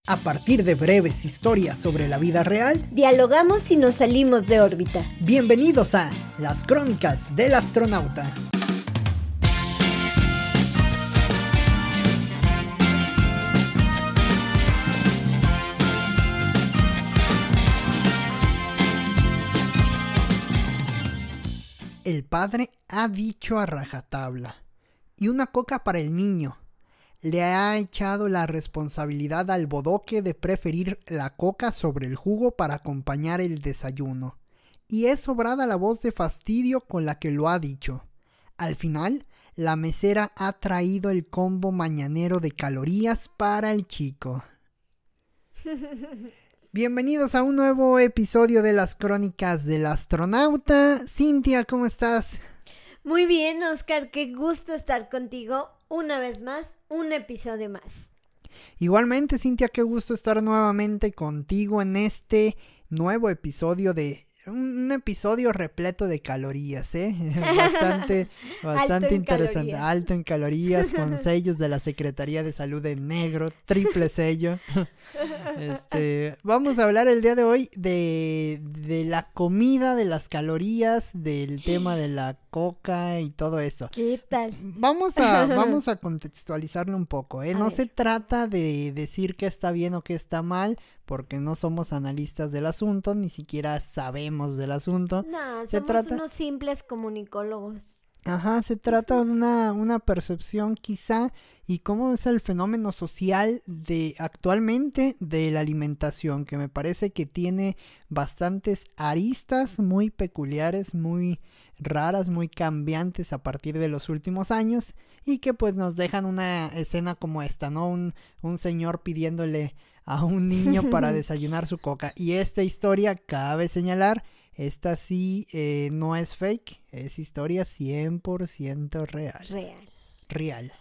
A partir de breves historias sobre la vida real, dialogamos y nos salimos de órbita. Bienvenidos a Las Crónicas del Astronauta. El padre ha dicho a rajatabla, y una coca para el niño. Le ha echado la responsabilidad al bodoque de preferir la coca sobre el jugo para acompañar el desayuno. Y es sobrada la voz de fastidio con la que lo ha dicho. Al final, la mesera ha traído el combo mañanero de calorías para el chico. Bienvenidos a un nuevo episodio de Las Crónicas del Astronauta. Cintia, ¿cómo estás? Muy bien, Oscar, qué gusto estar contigo una vez más, un episodio más. Igualmente, Cintia, qué gusto estar nuevamente contigo en este nuevo episodio de... Un episodio repleto de calorías, bastante interesante, alto en calorías, con sellos de la Secretaría de Salud en negro, triple sello. Vamos a hablar el día de hoy de la comida, de las calorías, del tema de la coca y todo eso. ¿Qué tal? Vamos a contextualizarlo un poco, No se trata de decir qué está bien o qué está mal, porque no somos analistas del asunto, ni siquiera sabemos del asunto. No, somos unos simples comunicólogos. Ajá, se trata de una percepción quizá, y cómo es el fenómeno social de actualmente de la alimentación, que me parece que tiene bastantes aristas muy peculiares, muy raras, muy cambiantes a partir de los últimos años, y que pues nos dejan una escena como esta, ¿no? Un señor pidiéndole a un niño para desayunar su coca. Y esta historia, cabe señalar, esta sí no es fake, es historia 100% real. Real.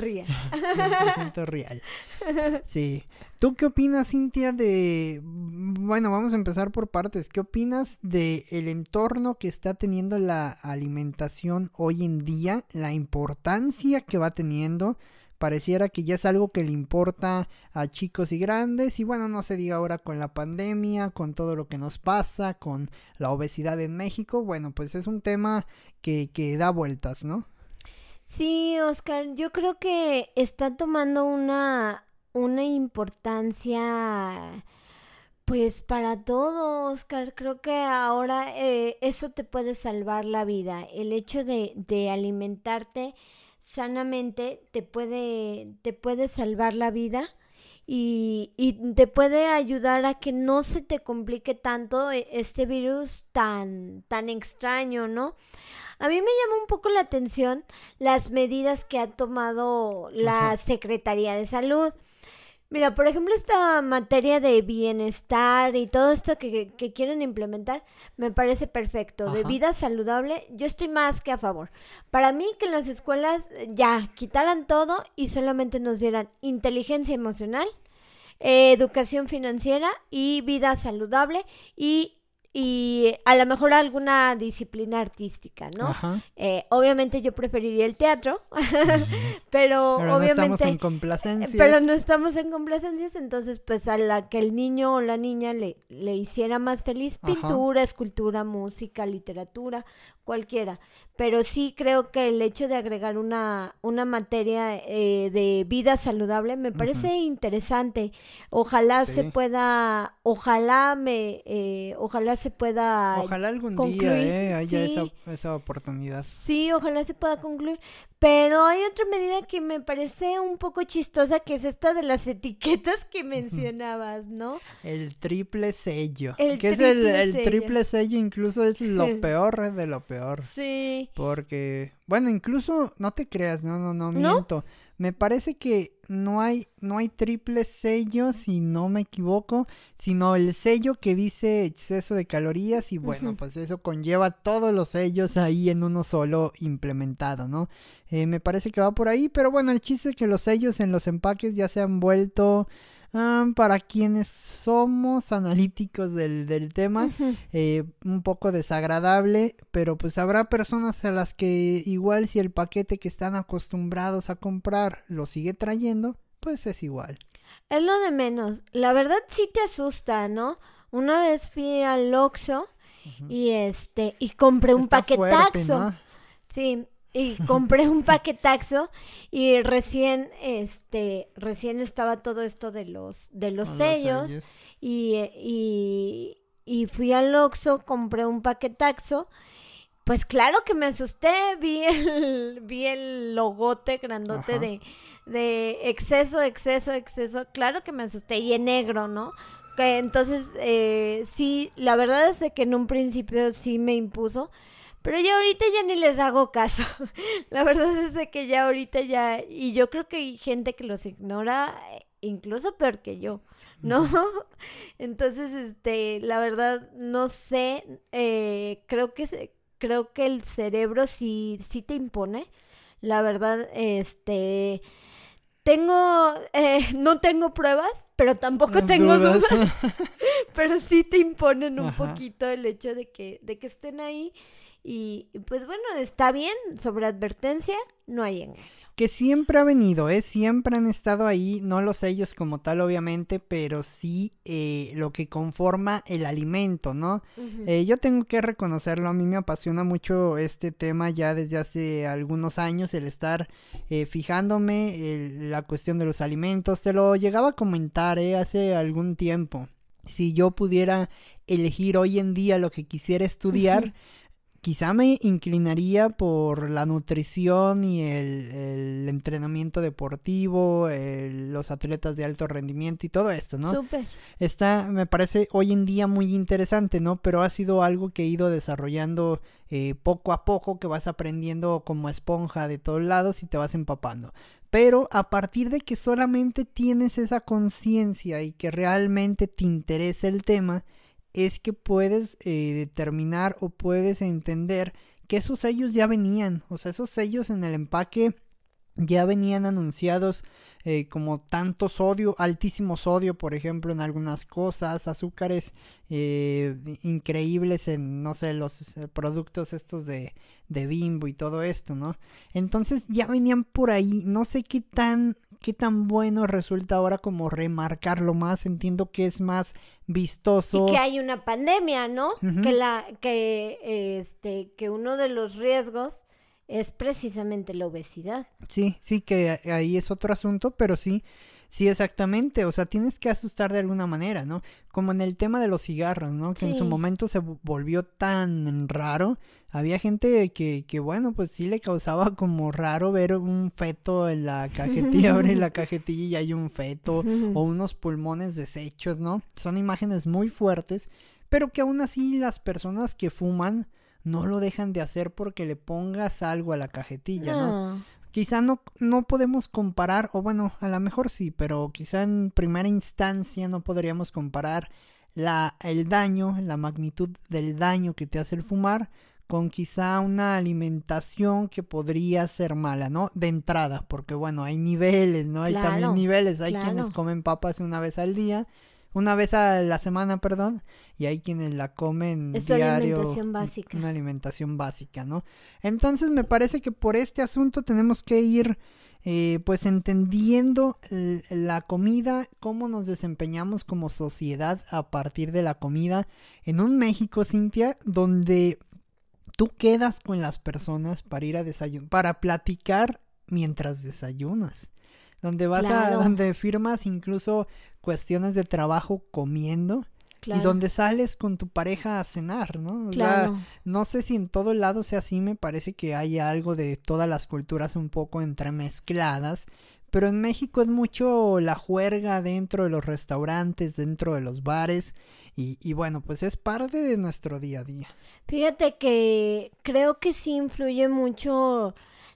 100% real. Sí. ¿Tú qué opinas, Cintia, bueno, vamos a empezar por partes. ¿Qué opinas de el entorno que está teniendo la alimentación hoy en día? La importancia que va teniendo. Pareciera que ya es algo que le importa a chicos y grandes, y bueno, no se diga ahora con la pandemia, con todo lo que nos pasa, con la obesidad en México. Bueno, pues es un tema que da vueltas, ¿no? Sí, Oscar, yo creo que está tomando una importancia pues para todo, Oscar. Creo que ahora eso te puede salvar la vida. El hecho de alimentarte sanamente te puede salvar la vida y te puede ayudar a que no se te complique tanto este virus tan extraño, ¿no? A mí me llama un poco la atención las medidas que ha tomado la Secretaría de Salud. Mira, por ejemplo, esta materia de bienestar y todo esto que quieren implementar, me parece perfecto. De vida saludable, yo estoy más que a favor. Para mí, que en las escuelas ya quitaran todo y solamente nos dieran inteligencia emocional, educación financiera y vida saludable y a lo mejor alguna disciplina artística, ¿no? Obviamente yo preferiría el teatro, pero obviamente no estamos en complacencias. Pero no estamos en complacencias, entonces pues a la que el niño o la niña le hiciera más feliz, pintura, escultura, música, literatura, cualquiera. Pero sí creo que el hecho de agregar una materia de vida saludable me parece interesante. Ojalá se pueda, ojalá se pueda ojalá algún concluir. Día haya esa oportunidad. Sí, ojalá se pueda concluir. Pero hay otra medida que me parece un poco chistosa, que es esta de las etiquetas que mencionabas, ¿no? El triple sello. El triple sello incluso es lo peor de lo peor. Sí. Porque, bueno, incluso, no te creas, no miento. Me parece que no hay triple sello, si no me equivoco, sino el sello que dice exceso de calorías, y bueno, pues eso conlleva todos los sellos ahí en uno solo implementado, ¿no? Me parece que va por ahí, pero bueno, el chiste es que los sellos en los empaques ya se han vuelto... para quienes somos analíticos del tema, un poco desagradable, pero pues habrá personas a las que igual si el paquete que están acostumbrados a comprar lo sigue trayendo, pues es igual. Es lo de menos. La verdad sí te asusta, ¿no? Una vez fui al Oxxo Ujú. y compré un Está fuerte, paquetaxo. ¿no? Sí, y compré un paquetaxo y recién estaba todo esto de los Con los sellos sellos. y fui al Oxxo, compré un paquetaxo. Pues claro que me asusté, vi el logote grandote Ajá. de exceso, exceso, exceso. Claro que me asusté y en negro, ¿no? Que entonces, sí, la verdad es de que en un principio sí me impuso, pero ya ahorita ya ni les hago caso. La verdad es de que ya ahorita ya, y yo creo que hay gente que los ignora, incluso peor que yo, ¿no? Ujú. Entonces, la verdad, no sé, creo que el cerebro sí te impone. La verdad, no tengo pruebas, pero tampoco tengo Dudas. dudas, pero sí te imponen un Ajá. poquito el hecho de que estén ahí. Y pues bueno, está bien, sobre advertencia no hay engaño. Que siempre ha venido, ¿eh? Siempre han estado ahí, no los sellos como tal, obviamente, pero sí lo que conforma el alimento, ¿no? Ujú. Yo tengo que reconocerlo, a mí me apasiona mucho este tema ya desde hace algunos años, el estar fijándome la cuestión de los alimentos. Te lo llegaba a comentar, hace algún tiempo. Si yo pudiera elegir hoy en día lo que quisiera Ujú. estudiar, quizá me inclinaría por la nutrición y el entrenamiento deportivo, los atletas de alto rendimiento y todo esto, ¿no? Súper. Me parece hoy en día muy interesante, ¿no? Pero ha sido algo que he ido desarrollando poco a poco, que vas aprendiendo como esponja de todos lados y te vas empapando. Pero a partir de que solamente tienes esa conciencia y que realmente te interesa el tema, es que puedes determinar o puedes entender que esos sellos ya venían, o sea, esos sellos en el empaque ya venían anunciados como tanto sodio, altísimo sodio, por ejemplo, en algunas cosas, azúcares increíbles en, no sé, los productos estos de Bimbo y todo esto, ¿no? Entonces ya venían por ahí, no sé qué tan bueno resulta ahora como remarcarlo más, entiendo que es más Y que vistoso. hay una pandemia, ¿no? Que Ujú. la, que uno de los riesgos es precisamente la obesidad. Sí, sí, que ahí es otro asunto, pero sí, sí, exactamente. O sea, tienes que asustar de alguna manera, ¿no? Como en el tema de los cigarros, ¿no? Que en su Sí. momento se volvió tan raro. Había gente que, bueno, pues sí le causaba como raro ver un feto en la cajetilla, abre la cajetilla y hay un feto, o unos pulmones deshechos, ¿no? Son imágenes muy fuertes, pero que aún así las personas que fuman no lo dejan de hacer porque le pongas algo a la cajetilla, ¿no? No, Quizá no podemos comparar, o bueno, a lo mejor sí, pero quizá en primera instancia no podríamos comparar el daño, la magnitud del daño que te hace el fumar con quizá una alimentación que podría ser mala, ¿no? De entrada, porque bueno, hay niveles, ¿no? Hay también claro, niveles, hay quienes claro. comen papas una vez al día, una vez a la semana, perdón, y hay quienes la comen Es su diario, alimentación básica. una alimentación básica, ¿no? Entonces me parece que por este asunto tenemos que ir pues entendiendo la comida, cómo nos desempeñamos como sociedad a partir de la comida en un México, Cintia, donde tú quedas con las personas para ir a desayunar, para platicar mientras desayunas, Claro, donde firmas incluso cuestiones de trabajo comiendo y claro, donde sales con tu pareja a cenar, ¿no? O sea, claro. no sé si en todo lado sea así, me parece que hay algo de todas las culturas un poco entremezcladas, pero en México es mucho la juerga dentro de los restaurantes, dentro de los bares, y bueno, pues es parte de nuestro día a día. Fíjate que creo que sí influye mucho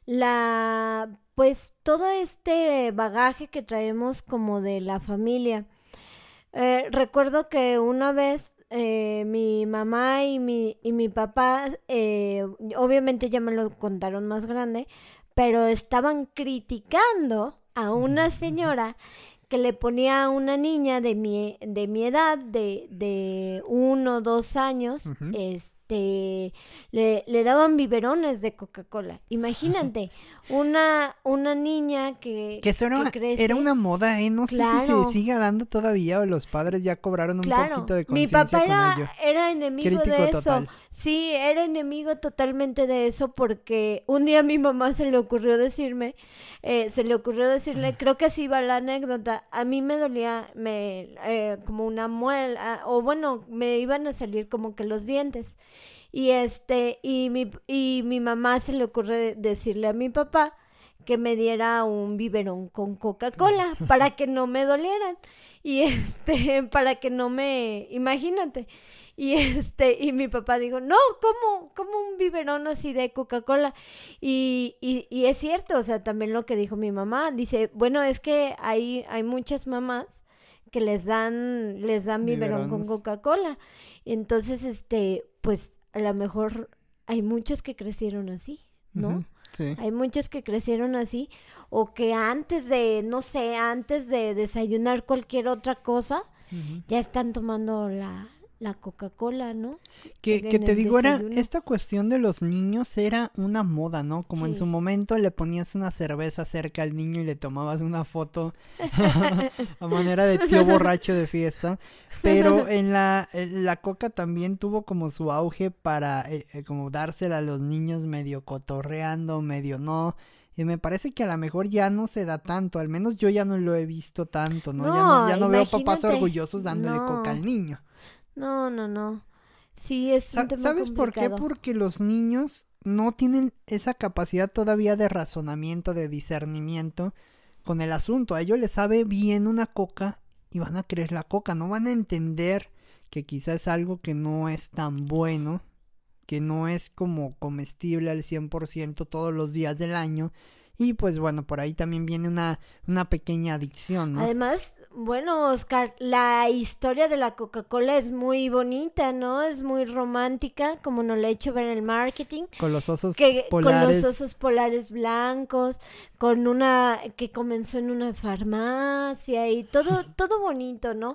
pues todo este bagaje que traemos como de la familia. Recuerdo que una vez mi mamá y mi papá, obviamente ya me lo contaron más grande, pero estaban criticando a una señora que le ponía a una niña de mi edad, de 1 o 2 años, Ujú. le daban biberones de Coca-Cola. Imagínate, una niña que eso crece. Era una moda, no sé si se siga dando todavía o los padres ya cobraron un poquito de conciencia con ello. Mi papá era enemigo Crítico de eso. total. Sí, era enemigo totalmente de eso porque un día a mi mamá se le ocurrió decirle, creo que así va la anécdota, a mí me dolía como una muela, o bueno, me iban a salir como que los dientes. Y mi mamá se le ocurre decirle a mi papá que me diera un biberón con Coca-Cola para que no me dolieran. Y para que no me, imagínate. Y mi papá dijo, no, ¿cómo un biberón así de Coca-Cola? Y es cierto, o sea, también lo que dijo mi mamá, dice, bueno, es que hay muchas mamás que les dan biberón con Coca-Cola. Entonces, pues a lo mejor hay muchos que crecieron así, ¿no? Uh-huh, sí. Hay muchos que crecieron así, o que antes de desayunar cualquier otra cosa, uh-huh, ya están tomando la Coca-Cola, ¿no? Que te digo, esta cuestión de los niños era una moda, ¿no? Como en su momento le ponías una cerveza cerca al niño y le tomabas una foto a manera de tío borracho de fiesta. Pero la Coca también tuvo como su auge para como dársela a los niños medio cotorreando, medio no. Y me parece que a lo mejor ya no se da tanto, al menos yo ya no lo he visto tanto, ¿no? Ya no veo papás orgullosos dándole Coca al niño. No. Sí, es un tema ¿Sabes complicado. por qué? Porque los niños no tienen esa capacidad todavía de razonamiento, de discernimiento con el asunto. A ellos les sabe bien una Coca y van a querer la Coca. No van a entender que quizás es algo que no es tan bueno, que no es como comestible al 100% todos los días del año. Y pues bueno, por ahí también viene una pequeña adicción, ¿no? Además, bueno, Oscar, la historia de la Coca-Cola es muy bonita, ¿no? Es muy romántica, como nos la ha hecho ver en el marketing. Con los osos polares. Con los osos polares blancos, con una que comenzó en una farmacia y todo bonito, ¿no?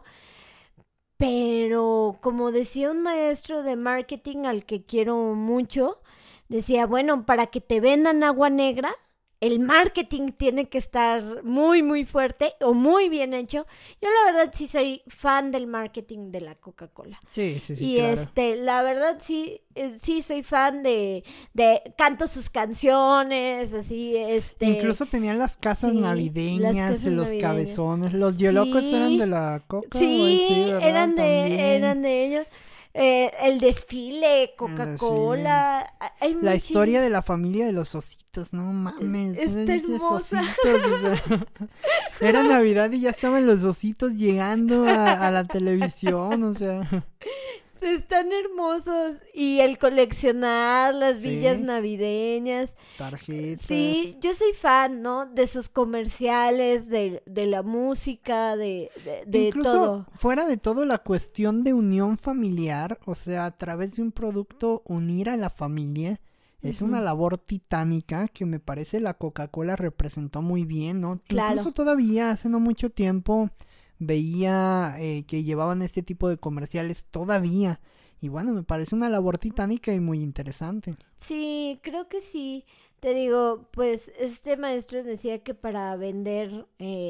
Pero como decía un maestro de marketing al que quiero mucho, decía, bueno, para que te vendan agua negra, el marketing tiene que estar muy, muy fuerte o muy bien hecho. Yo la verdad sí soy fan del marketing de la Coca-Cola. Sí, y claro. La verdad sí soy fan de canto sus canciones, así, Incluso tenían las casas navideñas, los cabezones, los yolocos eran de la Coca. Sí, ¿verdad? eran de ellos. El desfile, Coca-Cola. La historia de la familia de los ositos, no mames. Está hermosa. Ositos, o sea, era Navidad y ya estaban los ositos llegando a la televisión, o sea. Están hermosos. Y el coleccionar las villas navideñas. Tarjetas. Sí, yo soy fan, ¿no? De sus comerciales, de la música, de incluso, todo. Fuera de todo, la cuestión de unión familiar, o sea, a través de un producto unir a la familia, es una labor titánica que me parece la Coca-Cola representó muy bien, ¿no? Claro. Incluso todavía, hace no mucho tiempo, veía que llevaban este tipo de comerciales todavía. Y bueno, me parece una labor titánica y muy interesante. Sí, creo que sí. Te digo, pues este maestro decía que para vender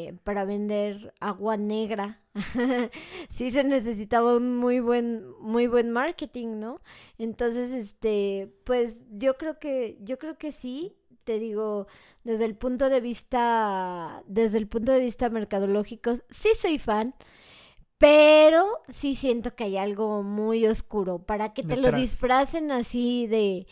agua negra, sí se necesitaba un muy buen marketing, ¿no? Entonces, pues yo creo que sí. Te digo, desde el punto de vista mercadológico, sí soy fan, pero sí siento que hay algo muy oscuro para que te lo disfracen así de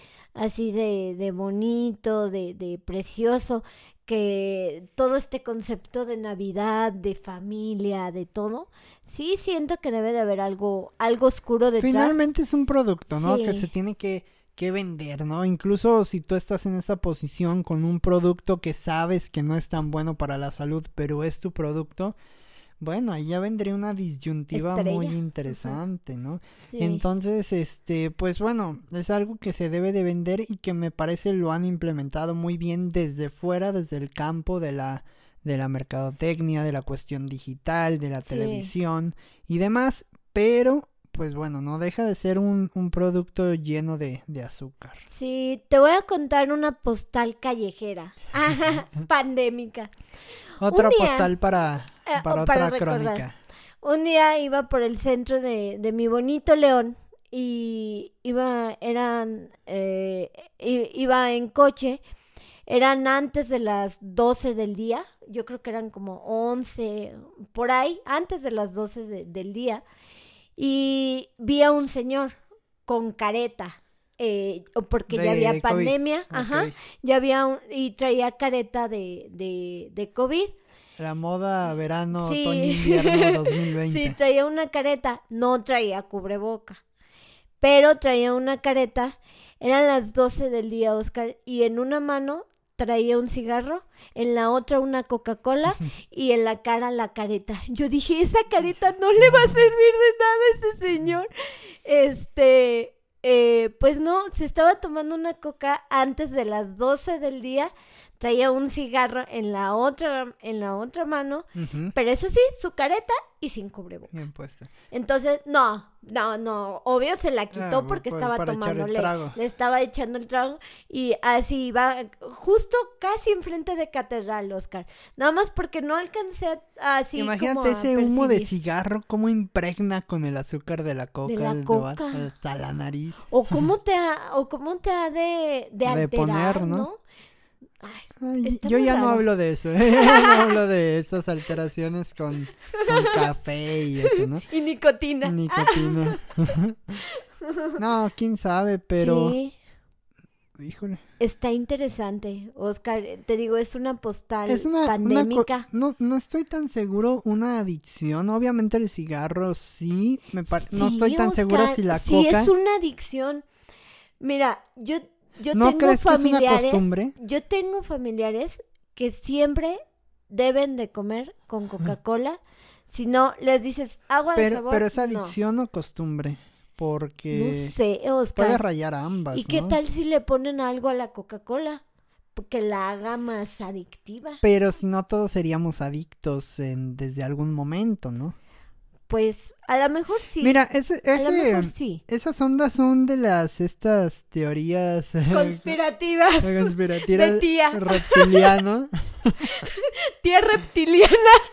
bonito, de precioso, que todo este concepto de Navidad, de familia, de todo, sí siento que debe de haber algo oscuro detrás. Finalmente es un producto, ¿no? Sí. Que se tiene que vender, ¿no? Incluso si tú estás en esa posición con un producto que sabes que no es tan bueno para la salud, pero es tu producto, bueno, ahí ya vendría una disyuntiva muy interesante, ¿no? Sí. Entonces, pues bueno, es algo que se debe de vender y que me parece lo han implementado muy bien desde fuera, desde el campo de la mercadotecnia, de la cuestión digital, de la televisión y demás, pero pues bueno, no deja de ser un producto lleno de azúcar. Sí, te voy a contar una postal callejera, pandémica. Otra Un día, postal para otra recordar. crónica. Un día iba por el centro de mi bonito León y iba en coche. Eran antes de las 12 del día, yo creo que eran como 11, por ahí, antes de las 12 del día. Y vi a un señor con careta, porque ya había COVID. pandemia, Ok. ya y traía careta de COVID. La moda verano, Sí. otoño, invierno 2020. Sí, traía una careta, no traía cubreboca, pero traía una careta. Eran las 12 del día, Oscar, y en una mano traía un cigarro, en la otra una Coca-Cola y en la cara la careta. Yo dije, esa careta no le va a servir de nada a ese señor. Pues no, se estaba tomando una coca antes de las 12 del día, traía un cigarro en la otra mano, Ujú. pero eso sí, su careta y sin cubreboca. Bien puesta. Entonces, no, obvio se la quitó porque estaba para echar el tomándole, trago. le estaba echando el trago y así iba justo casi enfrente de Catedral, Oscar. Nada más porque no alcancé así Imagínate como a ese humo de percibir. cigarro, cómo impregna con el azúcar de la coca, la el coca. hasta la nariz. O cómo te ha de alterar, poner, ¿no? ¿no? Ay, Ay, está yo muy ya no raro. hablo de eso, ya no hablo de esas alteraciones con café y eso, ¿no? Y nicotina. Nicotina. No, quién sabe, pero Sí, híjole. está interesante, Oscar. Te digo, es una postal Es una pandémica. no estoy tan seguro una adicción. Obviamente el cigarro sí, no Sí, estoy tan segura Oscar, si la sí, coca. es una adicción. Mira, yo ¿No tengo crees que es una familiares. costumbre? Yo tengo familiares que siempre deben de comer con Coca-Cola. Si no, les dices agua de sabor. Pero es no. adicción o costumbre, porque No sé, puede Oscar. rayar a ambas, ¿Y qué ¿no? tal si le ponen algo a la Coca-Cola? Porque la haga más adictiva. Pero si no, todos seríamos adictos desde algún momento, ¿no? Pues a lo mejor sí. Mira, a lo mejor sí. esas ondas son de estas teorías Conspirativas. conspirativas De tía. reptiliano. Tía reptiliana.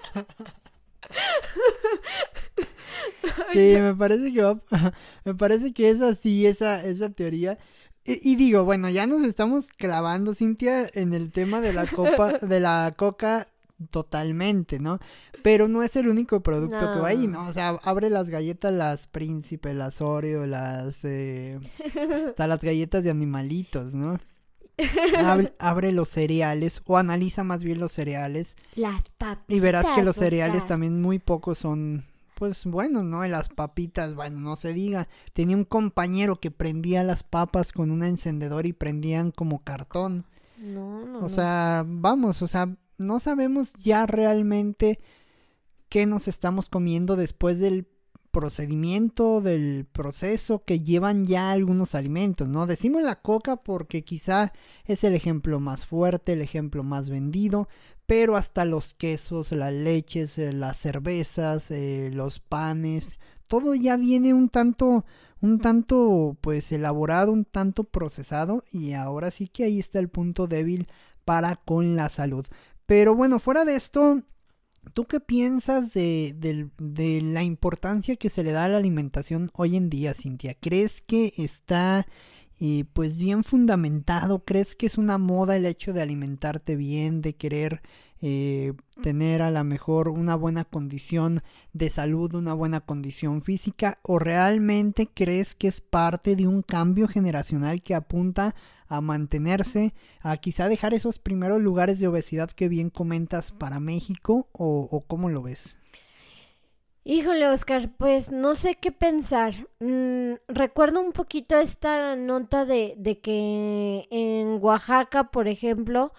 Sí, me parece que es así esa teoría. Y digo, bueno, ya nos estamos clavando, Cintia, en el tema de la coca totalmente, ¿no? Pero no es el único producto que va ahí, ¿no? O sea, abre las galletas, las Príncipe, las Oreo, hasta las galletas de animalitos, ¿no? Abre los cereales o analiza más bien los cereales Las papitas. y verás que los cereales Oscar. también muy pocos son, pues bueno, ¿no? Y las papitas, bueno, no se diga. Tenía un compañero que prendía las papas con un encendedor y prendían como cartón. No. O sea, vamos, o sea, no sabemos ya realmente qué nos estamos comiendo después del procedimiento, del proceso que llevan ya algunos alimentos, ¿no? Decimos la coca porque quizá es el ejemplo más fuerte, el ejemplo más vendido, pero hasta los quesos, las leches, las cervezas, los panes, todo ya viene un tanto pues elaborado, un tanto procesado, y ahora sí que ahí está el punto débil para con la salud. Pero bueno, fuera de esto, ¿tú qué piensas de la importancia que se le da a la alimentación hoy en día, Cintia? ¿Crees que está pues bien fundamentado? ¿Crees que es una moda el hecho de alimentarte bien, de querer tener a lo mejor una buena condición de salud, una buena condición física? ¿O realmente crees que es parte de un cambio generacional que apunta a mantenerse, a quizá dejar esos primeros lugares de obesidad que bien comentas para México? ¿O cómo lo ves? Híjole, Oscar, pues no sé qué pensar. Recuerdo un poquito esta nota de que en Oaxaca, por ejemplo,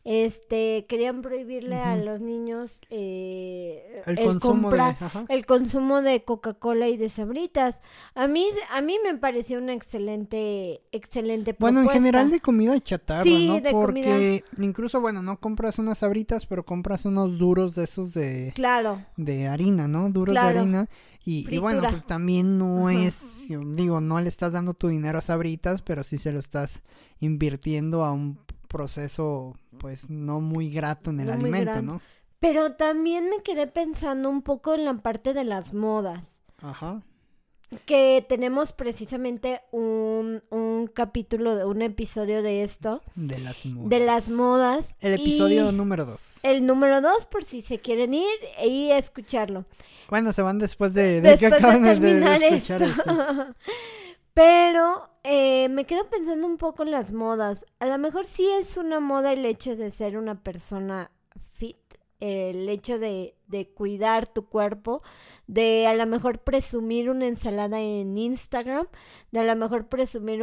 querían prohibirle a Ujú. los niños El consumo comprar ajá. el consumo de Coca-Cola y de Sabritas. A mí me pareció una excelente Bueno, en general propuesta. de comida chatarra, Sí, ¿no? de comida, Porque incluso, bueno, no compras unas Sabritas, pero compras unos duros de esos claro, de harina, ¿no? Duros de claro, harina. Y bueno, fritura. pues también no Ajá. es, yo digo, no le estás dando tu dinero a Sabritas, pero sí se lo estás invirtiendo a un proceso, pues, no muy grato en el No muy alimento, grande. ¿no? Pero también me quedé pensando un poco en la parte de las modas. Ajá. Que tenemos precisamente un capítulo, un episodio de esto, De las de las modas. modas. El episodio Y número 2. el número 2, por si se quieren ir y escucharlo. Bueno, se van después de que Después de acaben de terminar escuchar esto. esto. Pero me quedo pensando un poco en las modas. A lo mejor sí es una moda el hecho de ser una persona fit, el hecho de cuidar tu cuerpo, de a lo mejor presumir una ensalada en Instagram, de a lo mejor presumir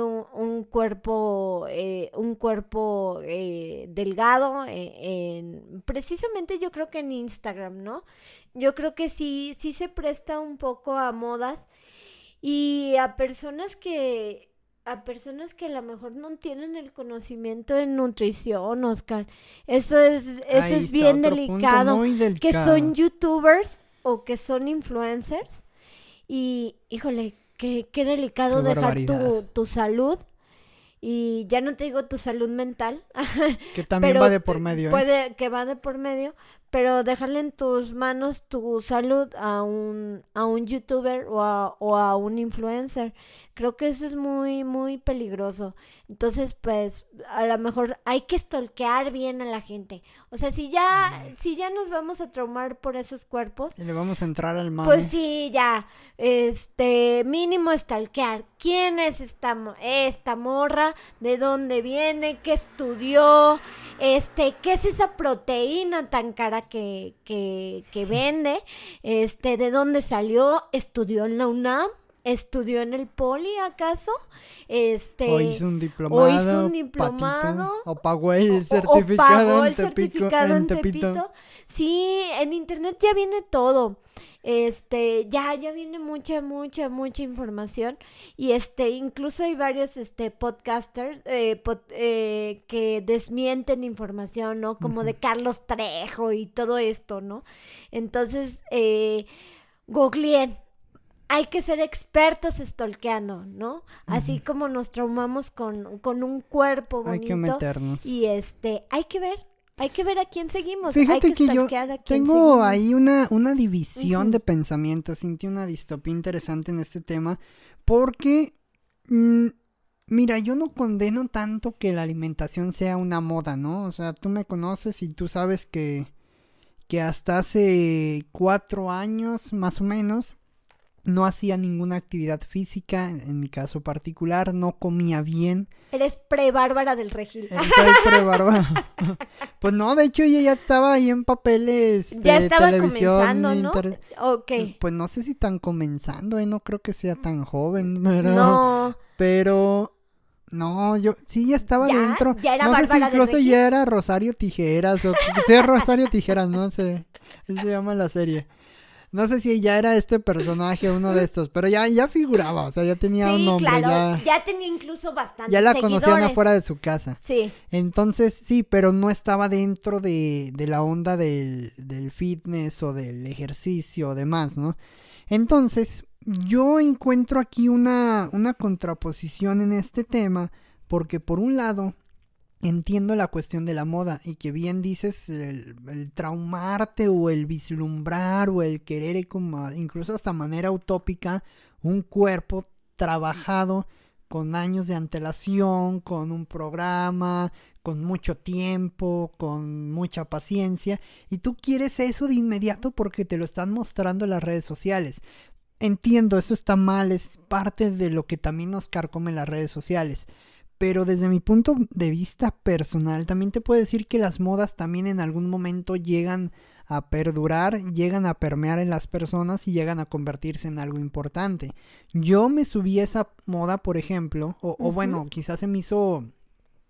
un cuerpo delgado, precisamente yo creo que en Instagram, ¿no? Yo creo que sí se presta un poco a modas y a personas que a lo mejor no tienen el conocimiento de nutrición, Oscar. Eso Ahí es está bien otro punto delicado. muy Que delicado. son youtubers o que son influencers. Y, híjole, qué Qué delicado dejar barbaridad. tu salud. Y ya no te digo tu salud mental, Que también va pero de por medio, ¿eh? puede que va de por medio, pero dejarle en tus manos tu salud a un youtuber o a un influencer. Creo que eso es muy, muy peligroso. Entonces, pues, a lo mejor hay que stalkear bien a la gente. O sea, si ya nos vamos a traumar por esos cuerpos, Y le vamos a entrar al pues mame. sí, ya, mínimo stalkear. ¿Quién es esta morra? ¿De dónde viene? ¿Qué estudió? ¿Qué es esa proteína tan cara que vende? ¿De dónde salió? ¿Estudió en la UNAM? ¿Estudió en el Poli, acaso? O hizo un ¿O hizo diplomado, un patito. diplomado? O pagó el O certificado pagó en el certificado en Tepito. Tepito. Sí, en internet ya viene todo. Ya viene mucha información. Y incluso hay varios podcasters que desmienten información, ¿no? Como Ujú. de Carlos Trejo y todo esto, ¿no? Entonces, googleen. Hay que ser expertos stalkeando, ¿no? Así Ujú. como nos traumamos con un cuerpo Hay que bonito. meternos. Y hay que ver a quién seguimos. Hay Fíjate que que yo stalkear a quién tengo seguimos. ahí una división Ujú. de pensamientos. Sentí una distopía interesante en este tema. Porque, mm, mira, yo no condeno tanto que la alimentación sea una moda, ¿no? O sea, tú me conoces y tú sabes que hasta hace 4 años, más o menos, no hacía ninguna actividad física, en mi caso particular, no comía bien. Eres pre-Bárbara del Regil. Soy pre-barba. Pues no, de hecho ella ya estaba ahí en papeles Ya de estaba televisión. comenzando, ¿no? Ok. Pues no sé si tan comenzando, no creo que sea tan joven, No. pero no, yo sí ya estaba dentro. Ya era No sé si Bárbara del incluso Regil. ya era Rosario Tijeras o sí es Rosario Tijeras, no sé. Así se llama la serie. No sé si ya era este personaje, uno de estos, pero ya figuraba, o sea, ya tenía un Sí, nombre, claro. Ya tenía incluso bastantes ya la conocían seguidores. afuera de su casa. Sí. Entonces, sí, pero no estaba dentro de la onda del fitness o del ejercicio o demás, ¿no? Entonces, yo encuentro aquí una contraposición en este tema, porque por un lado, entiendo la cuestión de la moda y que bien dices el traumarte o el vislumbrar o el querer como incluso hasta manera utópica un cuerpo trabajado con años de antelación, con un programa, con mucho tiempo, con mucha paciencia y tú quieres eso de inmediato porque te lo están mostrando en las redes sociales. Entiendo, eso está mal, es parte de lo que también nos carcome las redes sociales. Pero desde mi punto de vista personal, también te puedo decir que las modas también en algún momento llegan a perdurar, llegan a permear en las personas y llegan a convertirse en algo importante. Yo me subí a esa moda, por ejemplo, o bueno, quizás se me hizo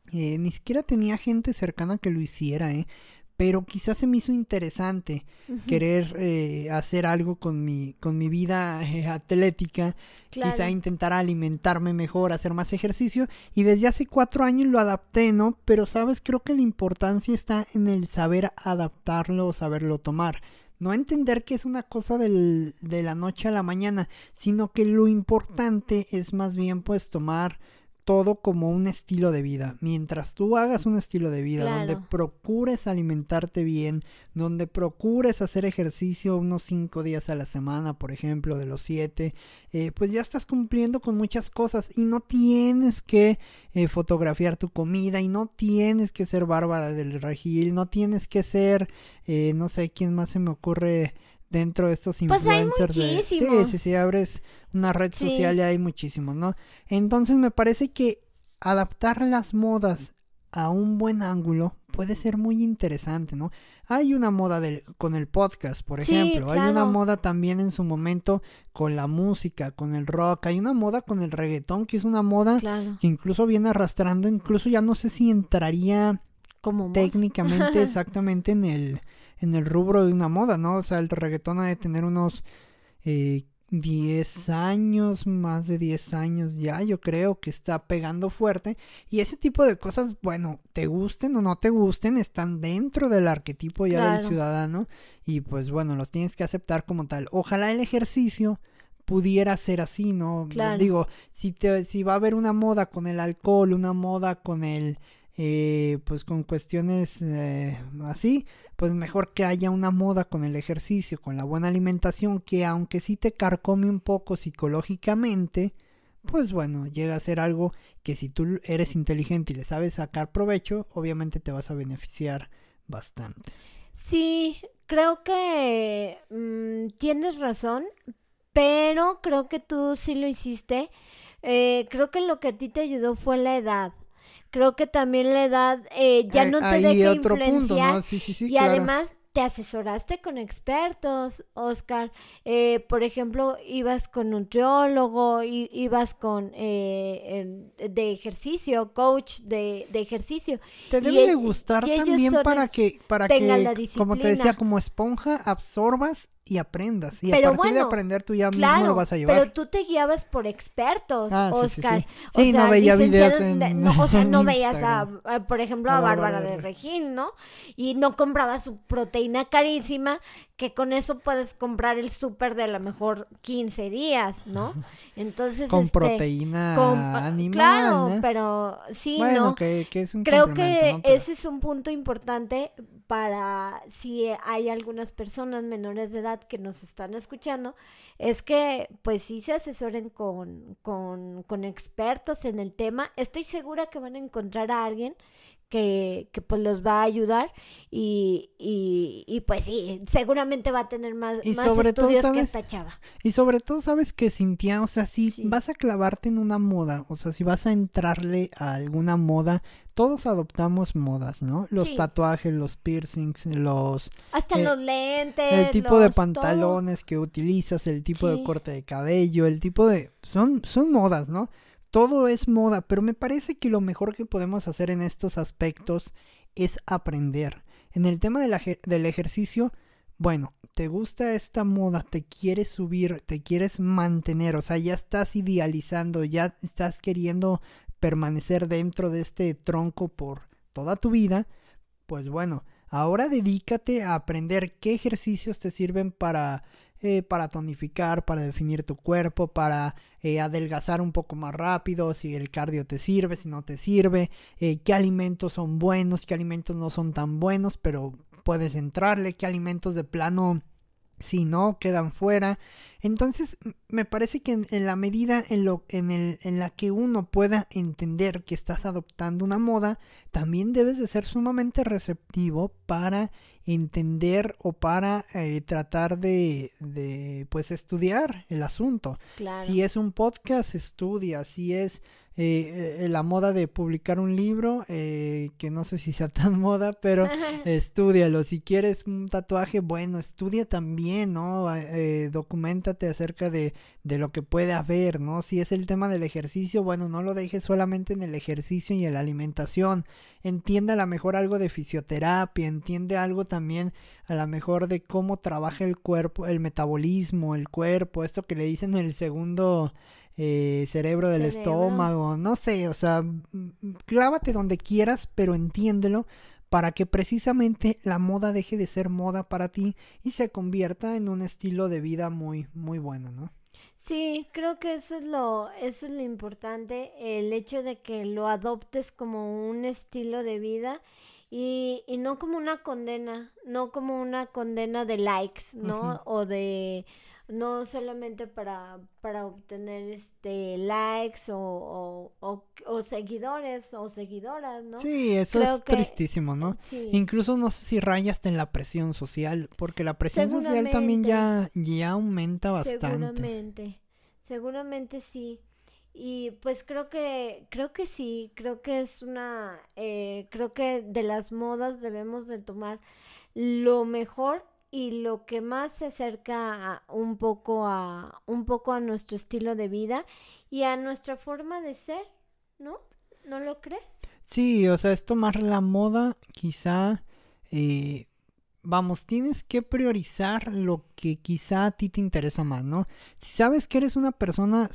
Ni siquiera tenía gente cercana que lo hiciera, pero quizás se me hizo interesante querer hacer algo con mi vida atlética, quizá Claro. intentar alimentarme mejor, hacer más ejercicio, y desde hace 4 años lo adapté, ¿no? Pero, ¿sabes? Creo que la importancia está en el saber adaptarlo o saberlo tomar. No entender que es una cosa de la noche a la mañana, sino que lo importante es más bien pues tomar todo como un estilo de vida. Mientras tú hagas un estilo de vida donde Claro. procures alimentarte bien, donde procures hacer ejercicio unos 5 días a la semana, por ejemplo, de los 7, pues ya estás cumpliendo con muchas cosas y no tienes que fotografiar tu comida y no tienes que ser Bárbara del Regil, no tienes que ser, no sé quién más se me ocurre dentro de estos Pues hay influencers de... Sí, sí, muchísimos. sí, abres una red social Sí, y hay muchísimos, ¿no? Entonces me parece que adaptar las modas a un buen ángulo puede ser muy interesante, ¿no? Hay una moda con el podcast, por sí, ejemplo. Hay una claro, moda también en su momento con la música, con el rock. Hay una moda con el reggaetón, que es una moda claro. que incluso viene arrastrando, incluso ya no sé si entraría Como moda. técnicamente exactamente en el rubro de una moda, ¿no? O sea, el reggaetón ha de tener unos 10 años, más de 10 años ya, yo creo que está pegando fuerte. Y ese tipo de cosas, bueno, te gusten o no te gusten, están dentro del arquetipo ya del Claro, ciudadano. Y pues bueno, los tienes que aceptar como tal. Ojalá el ejercicio pudiera ser así, ¿no? claro. Digo, si va a haber una moda con el alcohol, una moda con pues con cuestiones así, pues mejor que haya una moda con el ejercicio, con la buena alimentación, que aunque sí te carcome un poco psicológicamente, pues bueno, llega a ser algo que si tú eres inteligente y le sabes sacar provecho, obviamente te vas a beneficiar bastante. Sí, creo que tienes razón, pero creo que tú sí lo hiciste. Creo que lo que a ti te ayudó fue la edad. Creo que también la edad ya no te Ahí deja otro punto, influenciar ¿no? Sí, sí, sí, y claro. además te asesoraste con expertos, Oscar. Por ejemplo, ibas con nutriólogo, ibas con de ejercicio, coach de ejercicio Te y, debe de gustar y ellos también son para tengan que, la como te decía, disciplina. como esponja, absorbas y aprendas. Y a Pero partir de bueno, aprender tú ya mismo lo claro, vas a pero llevar. tú te guiabas por expertos, Ah, sí, sí, Oscar. sí. O Sí, no sea, veía videos licenciados, en, no, o sea, en no veías Instagram. por ejemplo, A a Bárbara Bárbara de de Regín, ¿no? Y no comprabas su proteína carísima, que con eso puedes comprar el súper de a lo mejor 15 días, ¿no? Entonces, Con proteína animal, claro, ¿no? pero sí, Bueno, ¿no? que es un Creo complemento, que ¿no? Pero ese es un punto importante para si hay algunas personas menores de edad que nos están escuchando, es que pues sí se asesoren con expertos en el tema. Estoy segura que van a encontrar a alguien que pues los va a ayudar y pues sí, seguramente va a tener y más sobre todo, estudios que ¿sabes? esta chava. Y sobre todo, sabes que Cintia, o sea, si Sí, vas a clavarte en una moda, o sea, si vas a entrarle a alguna moda, todos adoptamos modas, ¿no? Los sí, tatuajes, los piercings, hasta eh, los el lentes, tipo de todo, pantalones que utilizas, el tipo de sí, corte de cabello, el tipo de... Son modas, ¿no? Todo es moda, pero me parece que lo mejor que podemos hacer en estos aspectos es aprender. En el tema del ejercicio, bueno, te gusta esta moda, te quieres subir, te quieres mantener, o sea, ya estás idealizando, ya estás queriendo permanecer dentro de este tronco por toda tu vida, pues bueno, ahora dedícate a aprender qué ejercicios te sirven para tonificar, para definir tu cuerpo, para adelgazar un poco más rápido, si el cardio te sirve, si no te sirve, qué alimentos son buenos, qué alimentos no son tan buenos, pero puedes entrarle, qué alimentos de plano si no quedan fuera. Entonces me parece que en la medida en la que uno pueda entender que estás adoptando una moda, también debes de ser sumamente receptivo para entender o para tratar de pues estudiar el asunto. claro. Si es un podcast, estudia. Si es la moda de publicar un libro, que no sé si sea tan moda, pero estúdialo. Si quieres un tatuaje, bueno, estudia también, ¿no? Documéntate acerca de lo que puede haber, ¿no? Si es el tema del ejercicio, bueno, no lo dejes solamente en el ejercicio y en la alimentación. Entiende a lo mejor algo de fisioterapia, entiende algo también a lo mejor de cómo trabaja el cuerpo, el metabolismo, el cuerpo, esto que le dicen el segundo cerebro del estómago, no sé, o sea, clávate donde quieras, pero entiéndelo para que precisamente la moda deje de ser moda para ti y se convierta en un estilo de vida muy, muy bueno, ¿no? Sí, creo que eso es lo importante, el hecho de que lo adoptes como un estilo de vida y no como una condena, no como una condena de likes, Ujú. ¿no? O de, no solamente para obtener likes o seguidores o seguidoras, ¿no? Sí, eso es Creo que tristísimo, ¿no? sí, Incluso no sé si rayaste en la presión social, porque la presión social también seguramente. ya aumenta bastante. Seguramente, seguramente sí. Y pues creo que sí, creo que creo que de las modas debemos de tomar lo mejor y lo que más se acerca un poco a nuestro estilo de vida y a nuestra forma de ser, ¿no? ¿No lo crees? Sí, o sea, es tomar la moda, quizá, eh, vamos, tienes que priorizar lo que quizá a ti te interesa más, ¿no? Si sabes que eres una persona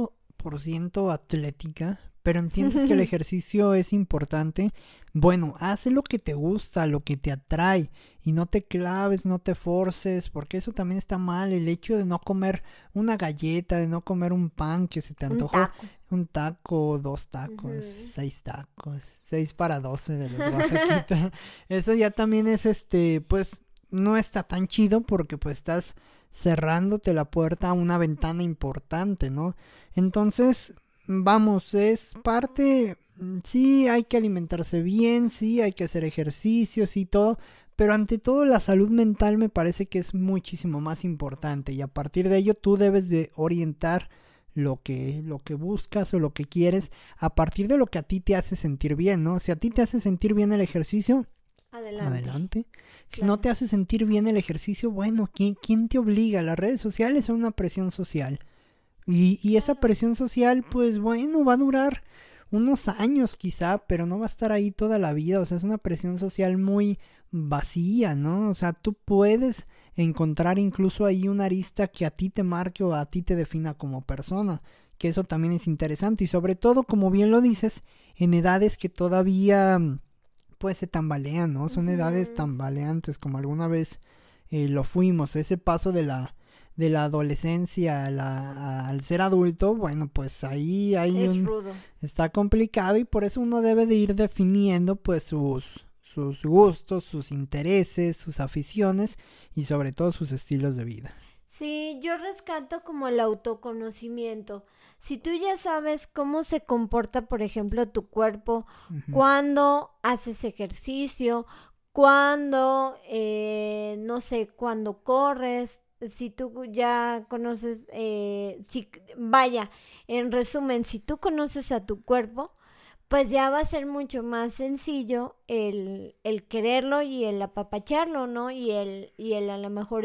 0% atlética, pero entiendes que el ejercicio es importante, bueno, haz lo que te gusta, lo que te atrae y no te claves, no te forces, porque eso también está mal, el hecho de no comer una galleta, de no comer un pan que se te Un antojó, taco. un taco, dos tacos, Ujú. 6 tacos, 6 para 12 de los Oaxaquita. Eso ya también es pues no está tan chido porque pues estás cerrándote la puerta a una ventana importante, ¿no? Entonces, vamos, es parte, sí hay que alimentarse bien, sí hay que hacer ejercicios y todo, pero ante todo la salud mental me parece que es muchísimo más importante y a partir de ello tú debes de orientar lo que buscas o lo que quieres a partir de lo que a ti te hace sentir bien, ¿no? Si a ti te hace sentir bien el ejercicio, Adelante, adelante. Si no claro. te hace sentir bien el ejercicio, bueno, ¿quién te obliga? Las redes sociales son una presión social. Y esa Claro. presión social, pues bueno, va a durar unos años quizá, pero no va a estar ahí toda la vida. O sea, es una presión social muy vacía, ¿no? O sea, tú puedes encontrar incluso ahí una arista que a ti te marque o a ti te defina como persona. Que eso también es interesante. Y sobre todo, como bien lo dices, en edades que todavía pues se tambalean, ¿no? Son edades Ujú. tambaleantes, como alguna vez lo fuimos. Ese paso de la adolescencia al ser adulto, bueno, pues ahí hay Es un... rudo. Está complicado y por eso uno debe de ir definiendo pues sus gustos, sus intereses, sus aficiones y sobre todo sus estilos de vida. Sí, yo rescato como el autoconocimiento. Si tú ya sabes cómo se comporta, por ejemplo, tu cuerpo Ujú. cuando haces ejercicio, cuando, no sé, cuando corres, si tú ya conoces, vaya, en resumen, si tú conoces a tu cuerpo, pues ya va a ser mucho más sencillo el quererlo y el apapacharlo, ¿no? Y el a lo mejor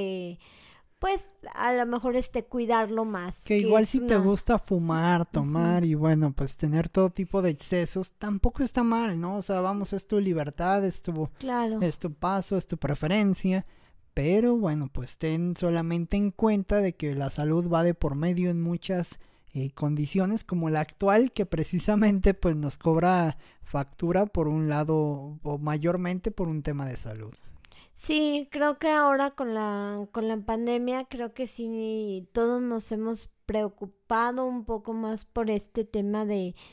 pues a lo mejor cuidarlo más, Que que igual es si te una... gusta fumar, Ujú, tomar y bueno, pues tener todo tipo de excesos, tampoco está mal, ¿no? O sea, vamos, es tu libertad, claro. es tu paso, es tu preferencia, pero bueno, pues ten solamente en cuenta de que la salud va de por medio en muchas condiciones como la actual que precisamente pues nos cobra factura por un lado o mayormente por un tema de salud. Sí, creo que ahora con la pandemia, creo que sí, todos nos hemos preocupado un poco más por este tema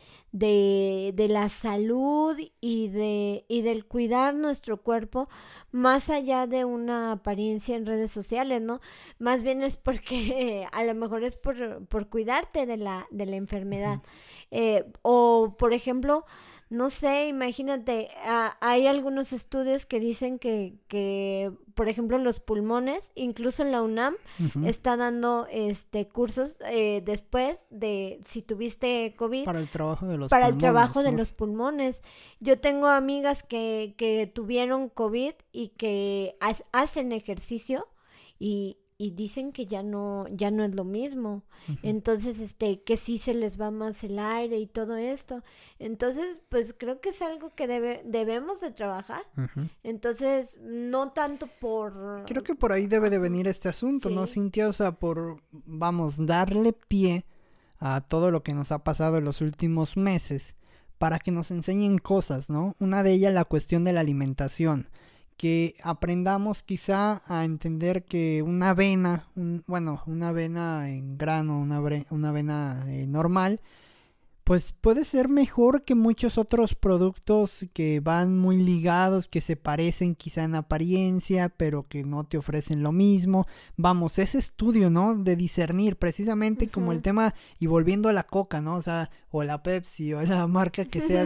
de la salud y del cuidar nuestro cuerpo, más allá de una apariencia en redes sociales, ¿no? Más bien es porque a lo mejor es por cuidarte de la Ujú. enfermedad. O, por ejemplo, No sé, imagínate, hay algunos estudios que dicen por ejemplo, los pulmones, incluso la UNAM Ujú. está dando cursos después de si tuviste COVID Para el trabajo de los para el trabajo pulmones, de ¿no? los pulmones. Yo tengo amigas que tuvieron COVID y que hacen ejercicio y dicen que ya no es lo mismo. Ujú. Entonces, que sí se les va más el aire y todo esto. Entonces, pues creo que es algo que debemos de trabajar. Ujú. Entonces, no tanto Creo que por ahí debe de venir este asunto, ¿no, Sí. Cintia? O sea, vamos, darle pie a todo lo que nos ha pasado en los últimos meses para que nos enseñen cosas, ¿no? Una de ellas la cuestión de la alimentación, que aprendamos quizá a entender que una avena, una avena en grano, una avena normal, pues puede ser mejor que muchos otros productos que van muy ligados, que se parecen quizá en apariencia, pero que no te ofrecen lo mismo. Vamos, ese estudio, ¿no? De discernir, precisamente como el Ujú. tema, y volviendo a la Coca, ¿no? O sea, o la Pepsi, o la marca que sea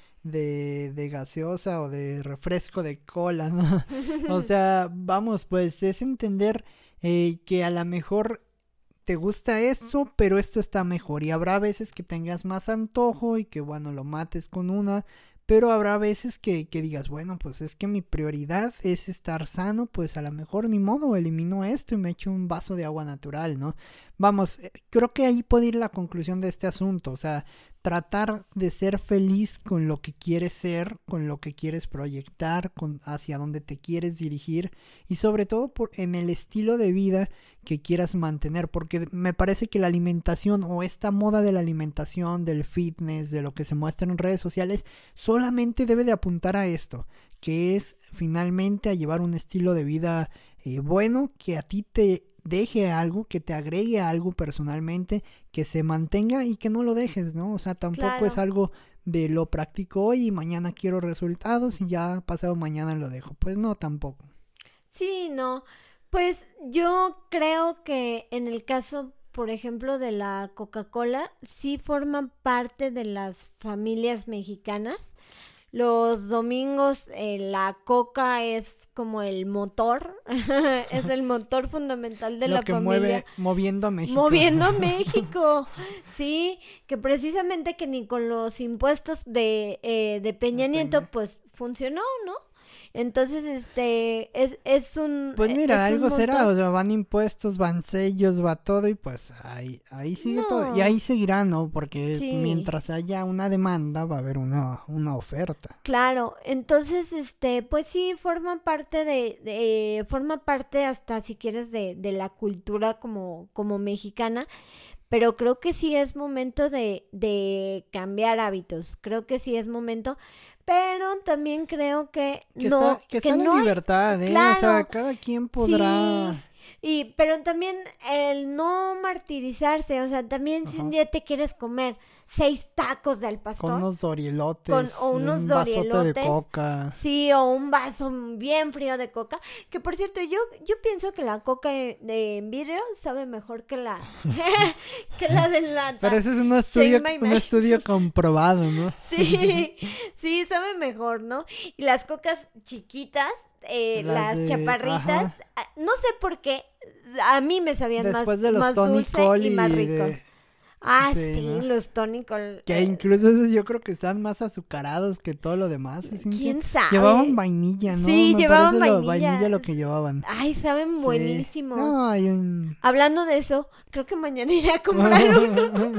de gaseosa o de refresco de cola, ¿no? O sea, vamos, pues es entender que a lo mejor te gusta eso, pero esto está mejor. Y habrá veces que tengas más antojo y que, bueno, lo mates con una. Pero habrá veces que digas, bueno, pues es que mi prioridad es estar sano, pues a lo mejor ni modo, elimino esto y me echo un vaso de agua natural, ¿no? Vamos, creo que ahí puede ir la conclusión de este asunto. O sea, tratar de ser feliz con lo que quieres ser, con lo que quieres proyectar, hacia dónde te quieres dirigir y sobre todo en el estilo de vida que quieras mantener, porque me parece que la alimentación o esta moda de la alimentación, del fitness, de lo que se muestra en redes sociales, solamente debe de apuntar a esto, que es finalmente a llevar un estilo de vida bueno, que a ti te deje algo, que te agregue algo personalmente, que se mantenga y que no lo dejes, ¿no? O sea, tampoco es Claro. algo de lo practico hoy y mañana quiero resultados y ya pasado mañana lo dejo. Pues no, tampoco. Sí, no. Pues yo creo que en el caso, por ejemplo, de la Coca-Cola, sí forman parte de las familias mexicanas. Los domingos la coca es como el motor, es el motor fundamental de Lo la que familia mueve, moviendo a México. moviendo a México. Sí, que precisamente que ni con los impuestos de De Peña Nieto Peña. pues funcionó, ¿no? Entonces, es Pues mira, es un algo será, motor. o sea, van impuestos, van sellos, va todo y pues ahí sigue todo. Y No, ahí seguirá, ¿no? Porque sí. mientras haya una demanda va a haber una oferta. Claro, entonces, pues sí, forma parte hasta si quieres de la cultura como mexicana, pero creo que sí es momento de cambiar hábitos, creo que sí es momento, pero también creo Que que sea la no hay, libertad, ¿eh? O sea, claro, cada quien sí, podrá... pero también el no martirizarse, o sea, también si un Ajá. día te quieres comer 6 tacos del Con pastor, unos dorielotes, o unos un vasote de dorielotes, coca. sí, o un vaso bien frío de coca, que por cierto, yo pienso que la coca en vidrio sabe mejor que que la de Pero lata. ese es Shake my un mind. estudio comprobado, ¿no? Sí, sí, sabe mejor, ¿no? Y las cocas chiquitas, Las las de... chaparritas, Ajá. no sé por qué, a mí me sabían Después de los más Tony dulce y más Coli rico. de... Ah, Sí, sí, ¿no? los tónicos. Que incluso esos yo creo que están más azucarados que todo lo demás, ¿sí, Cintia? ¿Quién Llevaban sabe? vainilla, ¿no? Sí, Me llevaban parece lo vainilla vainilla. lo que llevaban. Ay, saben Sí. buenísimo. No, hay un... Hablando de eso, creo que mañana iré a comprar uno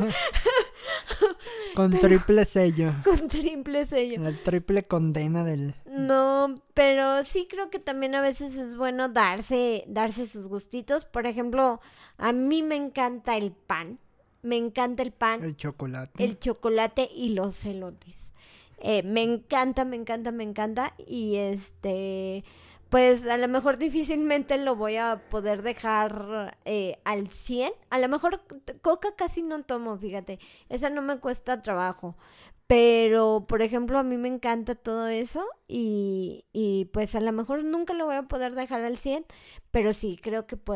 Con pero triple sello. con triple sello. La triple condena del... No, pero sí creo que también a veces es bueno darse sus gustitos. Por ejemplo, a mí me encanta el pan. Me encanta el pan, El chocolate. el chocolate y los elotes. Me encanta, me encanta, me encanta. Y pues a lo mejor difícilmente lo voy a poder dejar al 100. A lo mejor coca casi no tomo, fíjate. Esa no me cuesta trabajo. Pero, por ejemplo, a mí me encanta todo eso y pues a lo mejor nunca lo voy a poder dejar al 100, pero sí creo que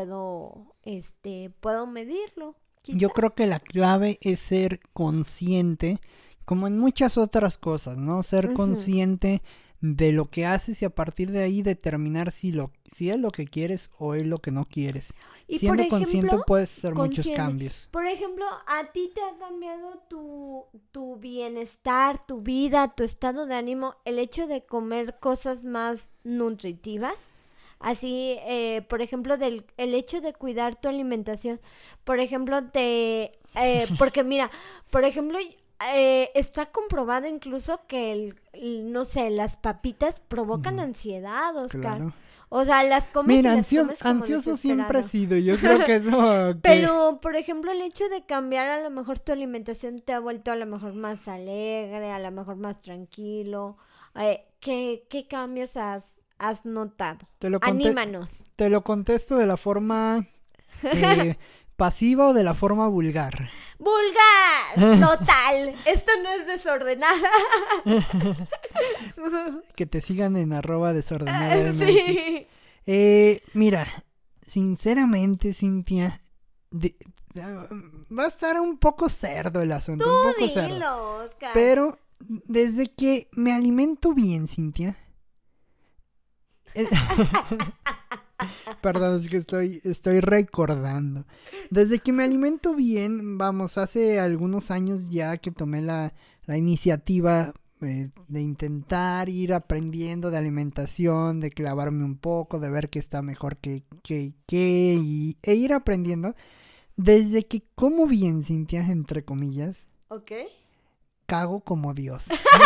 puedo medirlo, Yo quizá. creo que la clave es ser consciente como en muchas otras cosas, ¿no? Ser Ujú. consciente de lo que haces y a partir de ahí determinar si es lo que quieres o es lo que no quieres. Y por Siendo consciente ejemplo, puedes hacer muchos consciente. cambios. Por ejemplo, ¿a ti te ha cambiado tu bienestar, tu vida, tu estado de ánimo, el hecho de comer cosas más nutritivas? Así, por ejemplo, el hecho de cuidar tu alimentación. Por ejemplo, porque mira, por ejemplo, está comprobado incluso que no sé, las papitas provocan Ujú, ansiedad, Oscar. claro. O sea, las comes y Mira, las comes como ansioso siempre he desesperado. sido. Yo creo que eso Pero, por ejemplo, el hecho de cambiar a lo mejor tu alimentación te ha vuelto a lo mejor más alegre, a lo mejor más tranquilo. ¿Qué cambios has notado? te lo conté, Anímanos. te lo contesto de la forma pasiva o de la forma vulgar. ¡Vulgar! Total. Esto no es desordenada. Que te sigan en @desordenada.mx. Sí. Mira, sinceramente, Cintia, va a estar un poco cerdo el asunto, un poco cerdo. Dilo, Oscar. Pero desde que me alimento bien, Cintia. eh, Perdón, es que estoy recordando. Desde que me alimento bien, vamos, hace algunos años ya que tomé la iniciativa de intentar ir aprendiendo de alimentación, de clavarme un poco, de ver qué está mejor e ir aprendiendo. Desde que como bien, Cintia, entre comillas, Ok. cago como Dios.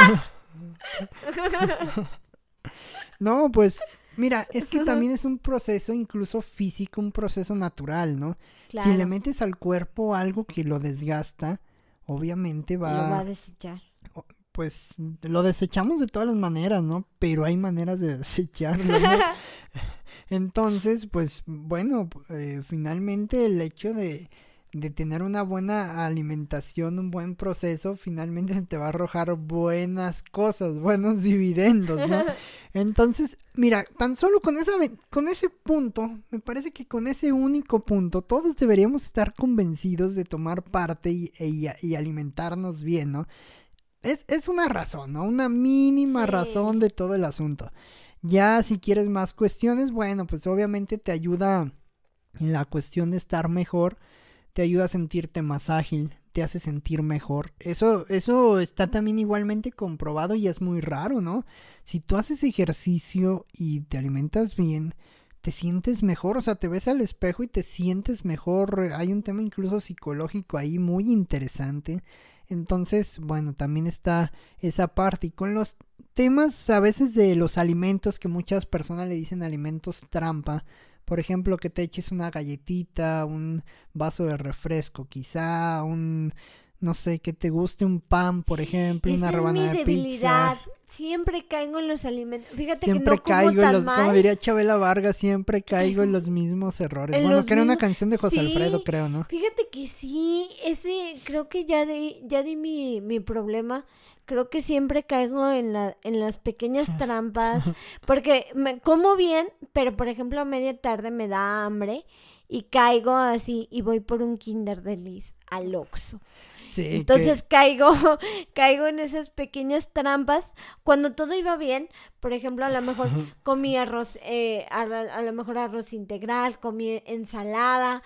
No, pues, mira, es que también es un proceso incluso físico, un proceso natural, ¿no? Claro. Si le metes al cuerpo algo que lo desgasta, obviamente Lo va a va, desechar. pues, lo desechamos de todas las maneras, ¿no? Pero hay maneras de desecharlo, ¿no? Entonces, pues, bueno, finalmente el hecho de tener una buena alimentación, un buen proceso, finalmente te va a arrojar buenas cosas, buenos dividendos, ¿no? Entonces, mira, tan solo con ese punto, me parece que con ese único punto, todos deberíamos estar convencidos de tomar parte y alimentarnos bien, ¿no? Es una razón, ¿no? Una mínima Sí. razón de todo el asunto. Ya si quieres más cuestiones, bueno, pues obviamente te ayuda en la cuestión de estar mejor, te ayuda a sentirte más ágil, te hace sentir mejor. Eso está también igualmente comprobado y es muy raro, ¿no? Si tú haces ejercicio y te alimentas bien, te sientes mejor, o sea, te ves al espejo y te sientes mejor. Hay un tema incluso psicológico ahí muy interesante. Entonces, bueno, también está esa parte. Y con los temas a veces de los alimentos que muchas personas le dicen alimentos trampa, por ejemplo, que te eches una galletita, un vaso de refresco, quizá no sé, que te guste un pan, por ejemplo, una Esa es mi rebanada de debilidad. pizza. Siempre caigo en los alimentos. Fíjate Siempre que no como caigo en tan los, como mal. diría Chabela Vargas, siempre caigo en los mismos errores. En Bueno, los que era una mismos- canción de José Sí, Alfredo, creo, ¿no? fíjate que sí, creo que ya di mi problema. Creo que siempre caigo en las pequeñas trampas, porque me como bien, pero por ejemplo a media tarde me da hambre y caigo así y voy por un Kinder Delice al Oxxo. Sí, Entonces caigo en esas pequeñas trampas. Cuando todo iba bien, por ejemplo, a lo mejor comí arroz, a lo mejor arroz integral, comí ensalada,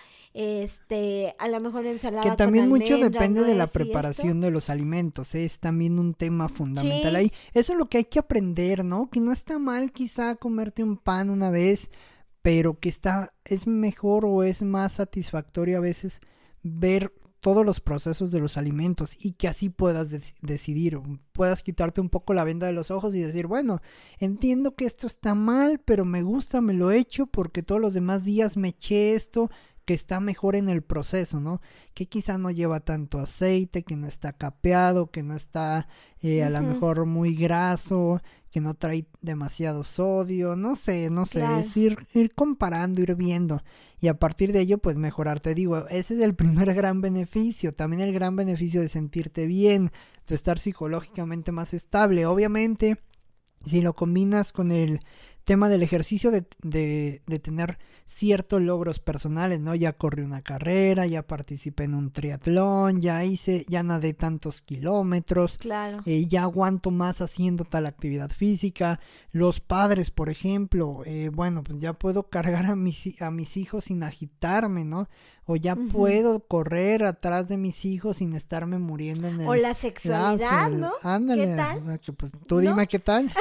a lo mejor ensalada que también con mucho almendra, depende de la nuez y esto. preparación de los alimentos, ¿eh? Es también un tema fundamental Sí. ahí. Eso es lo que hay que aprender, ¿no? Que no está mal quizá comerte un pan una vez, pero que es mejor o es más satisfactorio a veces ver todos los procesos de los alimentos y que así puedas decidir, puedas quitarte un poco la venda de los ojos y decir, bueno, entiendo que esto está mal, pero me gusta, me lo echo porque todos los demás días me eché esto que está mejor en el proceso, ¿no? Que quizá no lleva tanto aceite, que no está capeado, que no está a lo mejor muy graso, que no trae demasiado sodio, no sé, Claro. es ir comparando, ir viendo y a partir de ello pues mejorar, te digo, ese es el primer gran beneficio, también el gran beneficio de sentirte bien, de estar psicológicamente más estable, obviamente si lo combinas con el tema del ejercicio de tener ciertos logros personales, ¿no? Ya corrí una carrera, ya participé en un triatlón, ya nadé tantos kilómetros, Claro. ya aguanto más haciendo tal actividad física. Los padres, por ejemplo, bueno, pues ya puedo cargar a mis hijos sin agitarme, ¿no? O ya puedo correr atrás de mis hijos sin estarme muriendo en el... O la sexualidad, ¿no? Ándale. ¿Qué tal? Pues, tú dime qué tal.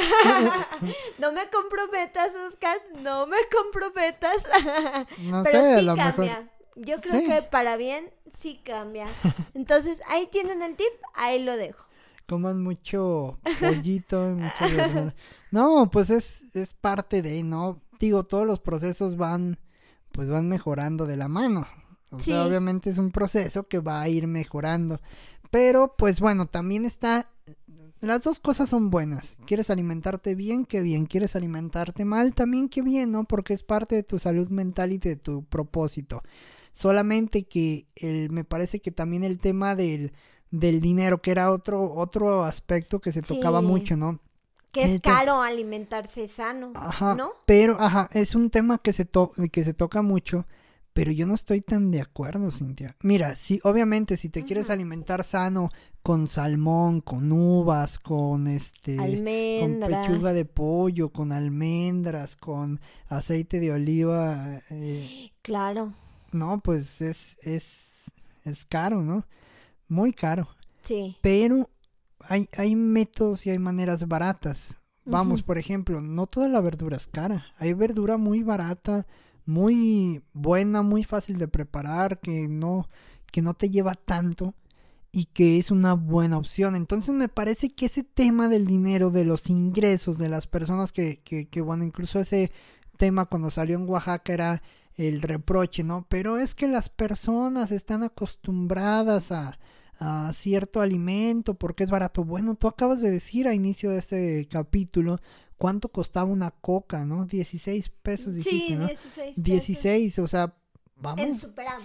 No me comprometas, Oscar, no me comprometas. No Pero sé, a sí lo cambia. mejor... Yo creo Sí. que para bien sí cambia. Entonces, ahí tienen el tip, ahí lo dejo. Coman mucho pollito, mucha verdura. No, pues es parte de, ¿no? Digo, todos los procesos van mejorando de la mano. O Sí. sea, obviamente es un proceso que va a ir mejorando. Pero, pues bueno, también está... Las dos cosas son buenas. ¿Quieres alimentarte bien? Qué bien. ¿Quieres alimentarte mal? También qué bien, ¿no? Porque es parte de tu salud mental y de tu propósito. Solamente que me parece que también el tema del dinero, que era otro aspecto que se tocaba Sí. mucho, ¿no? Que es El caro alimentarse sano, Ajá, ¿no? pero, es un tema que se toca mucho, pero yo no estoy tan de acuerdo, Cintia. Mira, sí, obviamente, si te quieres alimentar sano, con salmón, con uvas, con con Almendras. pechuga de pollo, con almendras, con aceite de oliva, Claro, no, pues es caro, ¿no? Muy caro. sí. Pero hay métodos y hay maneras baratas. Vamos, por ejemplo, no toda la verdura es cara. Hay verdura muy barata, muy buena, muy fácil de preparar, que no te lleva tanto y que es una buena opción. Entonces me parece que ese tema del dinero, de los ingresos de las personas que bueno, incluso ese tema cuando salió en Oaxaca era el reproche, ¿no? Pero es que las personas están acostumbradas a cierto alimento porque es barato. Bueno, tú acabas de decir a inicio de este capítulo cuánto costaba una coca, ¿no? 16 pesos dijiste, Sí, ¿no? 16 pesos. 16, o sea, En vamos. Superam.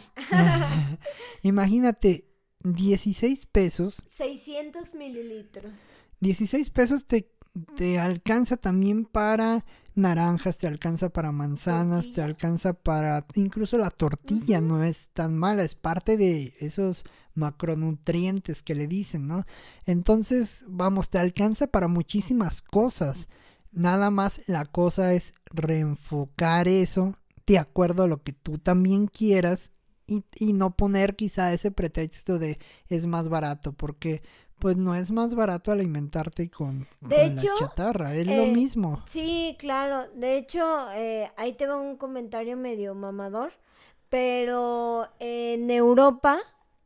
Imagínate, 16 pesos. 600 mililitros. 16 pesos te alcanza también para naranjas, te alcanza para manzanas, te Tortilla. alcanza para... Incluso la tortilla no es tan mala, es parte de esos macronutrientes que le dicen, ¿no? Entonces, vamos, te alcanza para muchísimas cosas. Nada más la cosa es reenfocar eso de acuerdo a lo que tú también quieras y no poner quizá ese pretexto de es más barato, porque pues no es más barato alimentarte con hecho, la chatarra, es lo mismo. Sí, claro. De hecho, ahí te va un comentario medio mamador, pero en Europa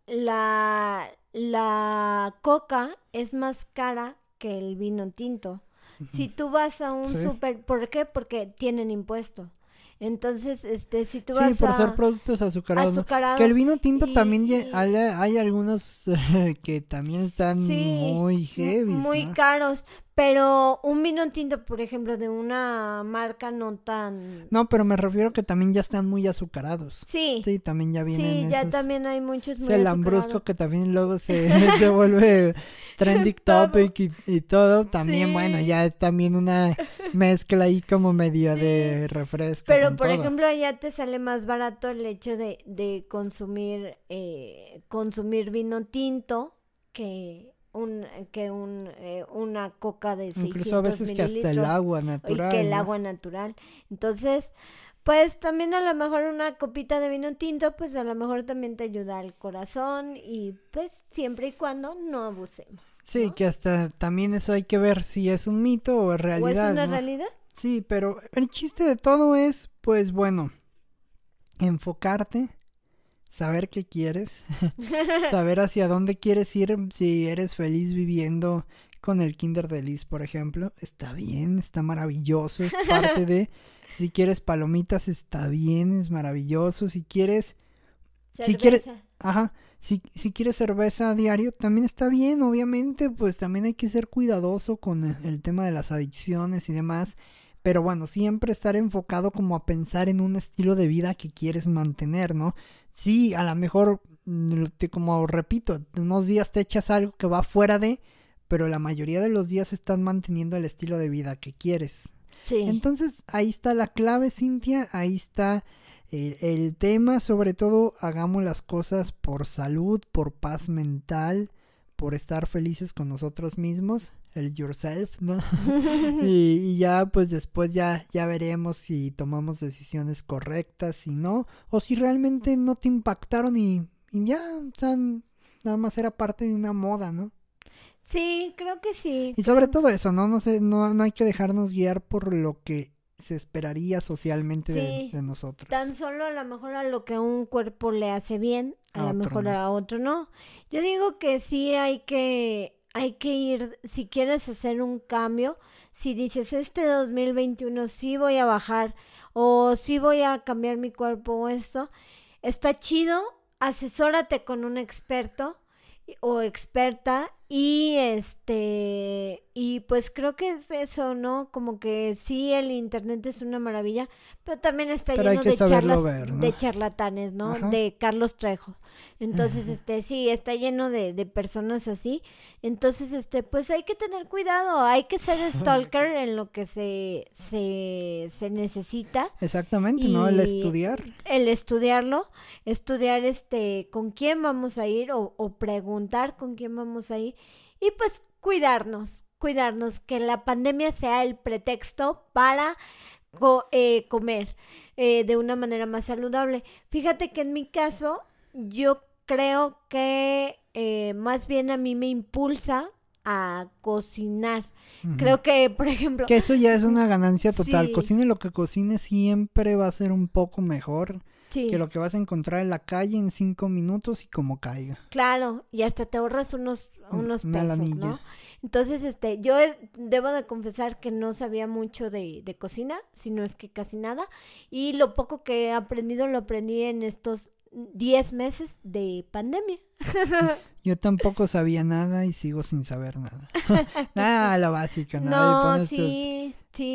la coca es más cara que el vino tinto. Si tú vas a un Sí. súper, ¿por qué? Porque tienen impuesto. Entonces, si tú Sí, vas por a ser productos azucarados, ¿no? azucarado Que el vino tinto y- también hay algunos que también están Sí, muy heavy, muy ¿no? caros, pero un vino tinto, por ejemplo, de una marca no tan... No, pero me refiero que también ya están muy azucarados. Sí, Sí, también ya vienen sí, ya esos. también hay muchos muy Es el lambrusco azucarados. que también luego se vuelve trending Todo. topic y todo. También, Sí. bueno, ya es también una mezcla ahí como medio de refresco. Pero, con por todo. ejemplo, allá te sale más barato el hecho de consumir vino tinto que una coca de 600 Incluso a veces que hasta el mililitros agua y natural. que el ¿no? agua natural. Entonces, pues también a lo mejor una copita de vino tinto, pues a lo mejor también te ayuda al corazón y pues siempre y cuando no abusemos. Sí, ¿no? que hasta también eso hay que ver si es un mito o es realidad. ¿O es una ¿no? realidad? Sí, pero el chiste de todo es, pues bueno, enfocarte, saber qué quieres, saber hacia dónde quieres ir. Si eres feliz viviendo con el Kinder de Liz, por ejemplo, está bien, está maravilloso, es parte de... Si quieres palomitas, está bien, es maravilloso. Si quieres... Si quieres... Cerveza. Ajá. Si quieres cerveza a diario, también está bien, obviamente, pues también hay que ser cuidadoso con el tema de las adicciones y demás. Pero bueno, siempre estar enfocado como a pensar en un estilo de vida que quieres mantener, ¿no? Sí, a lo mejor, como repito, unos días te echas algo que va fuera de, pero la mayoría de los días estás manteniendo el estilo de vida que quieres. Sí. Entonces, ahí está la clave, Cintia, ahí está el tema, sobre todo hagamos las cosas por salud, por paz mental, por estar felices con nosotros mismos, el yourself, ¿no? y ya pues después ya veremos si tomamos decisiones correctas, si no, o si realmente no te impactaron y ya, o sea, nada más era parte de una moda, ¿no? Sí, creo que sí. Y sobre todo eso, ¿no? No sé, no hay que dejarnos guiar por lo que se esperaría socialmente Sí, de nosotros. tan solo a lo mejor a lo que a un cuerpo le hace bien, a lo otro mejor no. a otro no. Yo digo que sí hay que ir, si quieres hacer un cambio, si dices este 2021 sí voy a bajar o sí voy a cambiar mi cuerpo o esto, está chido, asesórate con un experto o experta y y pues creo que es eso, ¿no? Como que sí, el internet es una maravilla, pero también está Pero hay lleno que de saberlo ver, ¿no? de charlatanes, ¿no? Ajá. De Carlos Trejo. Entonces, sí, está lleno de personas así. Entonces, pues hay que tener cuidado, hay que ser stalker en lo que se necesita. Exactamente, ¿no? El estudiar. El estudiarlo, estudiar con quién vamos a ir o preguntar con quién vamos a ir y pues cuidarnos, que la pandemia sea el pretexto para comer de una manera más saludable. Fíjate que en mi caso yo creo que más bien a mí me impulsa a cocinar. Uh-huh. Creo que, por ejemplo... Que eso ya es una ganancia total. Sí. Cocine lo que cocine, siempre va a ser un poco mejor Sí. que lo que vas a encontrar en la calle en 5 minutos y como caiga. Claro, y hasta te ahorras unos Una pesos, lanilla. ¿no? Entonces, yo debo de confesar que no sabía mucho de cocina, sino es que casi nada, y lo poco que he aprendido lo aprendí en estos 10 meses de pandemia. Yo tampoco sabía nada y sigo sin saber nada. Nada, la básica, ¿no? No, sí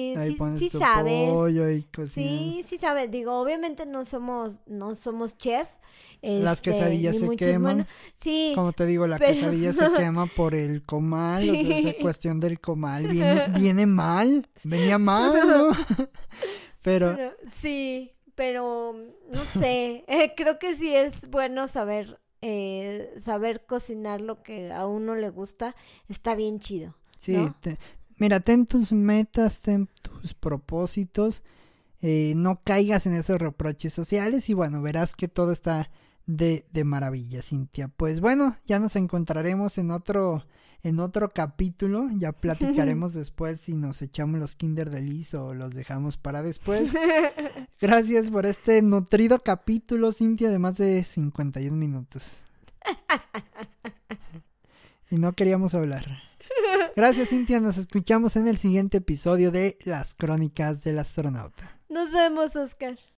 sabes. Sí sabes. Digo, obviamente no somos chef. Las quesadillas se queman. Bueno, sí. Como te digo, la quesadilla se quema por el comal. O sea, esa cuestión del comal viene mal. Venía mal, ¿no? Pero sí, pero no sé. Creo que sí es bueno saber cocinar lo que a uno le gusta. Está bien chido. Sí, ¿no? Mira, ten tus metas, ten tus propósitos. No caigas en esos reproches sociales y bueno, verás que todo está de maravilla, Cintia. Pues bueno, ya nos encontraremos en otro capítulo. Ya platicaremos después si nos echamos los Kinder Delice o los dejamos para después. Gracias por este nutrido capítulo, Cintia, de más de 51 minutos. Y no queríamos hablar. Gracias, Cintia. Nos escuchamos en el siguiente episodio de Las Crónicas del Astronauta. Nos vemos, Oscar.